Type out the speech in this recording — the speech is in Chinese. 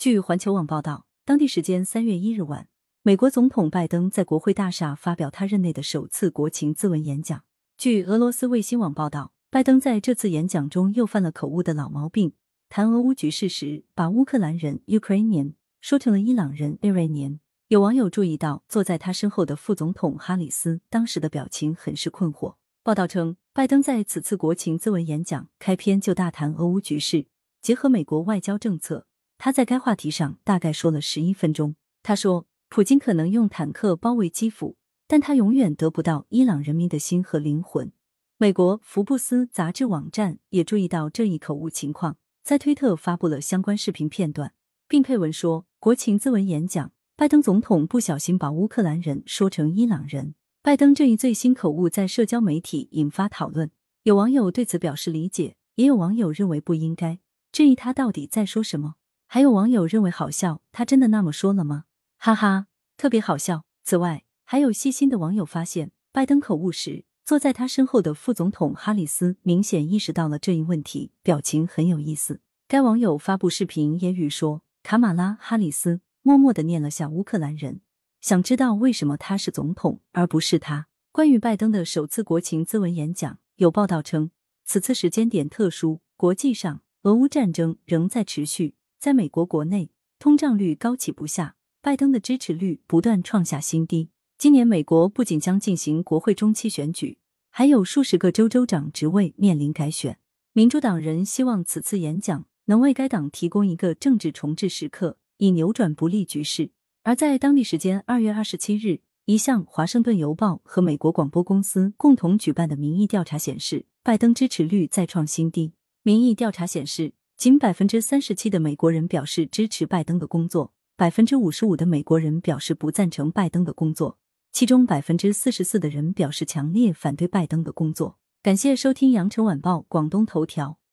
据环球网报道，当地时间3月1日晚，美国总统拜登在国会大厦发表他任内的首次国情咨文演讲。据俄罗斯卫星网报道，拜登在这次演讲中又犯了口误的老毛病，谈俄乌局势时把乌克兰人 Ukrainian 说成了伊朗人 Iranian。有网友注意到，坐在他身后的副总统哈里斯当时的表情很是困惑。报道称，拜登在此次国情咨文演讲开篇就大谈俄乌局势，结合美国外交政策，他在该话题上大概说了11分钟。他说，普京可能用坦克包围基辅，但他永远得不到伊朗人民的心和灵魂。美国福布斯杂志网站也注意到这一口误情况，在推特发布了相关视频片段，并配文说，国情咨文演讲，拜登总统不小心把乌克兰人说成伊朗人。拜登这一最新口误在社交媒体引发讨论，有网友对此表示理解，也有网友认为不应该，质疑他到底在说什么。还有网友认为好笑，他真的那么说了吗？哈哈，特别好笑。此外，还有细心的网友发现，拜登口误时，坐在他身后的副总统哈里斯明显意识到了这一问题，表情很有意思。该网友发布视频言语说，卡马拉·哈里斯默默地念了下乌克兰人，想知道为什么他是总统而不是他。关于拜登的首次国情咨文演讲，有报道称，此次时间点特殊，国际上俄乌战争仍在持续，在美国国内通胀率高企不下，拜登的支持率不断创下新低。今年美国不仅将进行国会中期选举，还有数十个州州长职位面临改选。民主党人希望此次演讲能为该党提供一个政治重置时刻，以扭转不利局势。而在当地时间2月27日，一项华盛顿邮报和美国广播公司共同举办的民意调查显示，拜登支持率再创新低。民意调查显示，仅 37% 的美国人表示支持拜登的工作， 55% 的美国人表示不赞成拜登的工作，其中 44% 的人表示强烈反对拜登的工作。感谢收听羊城晚报广东头条。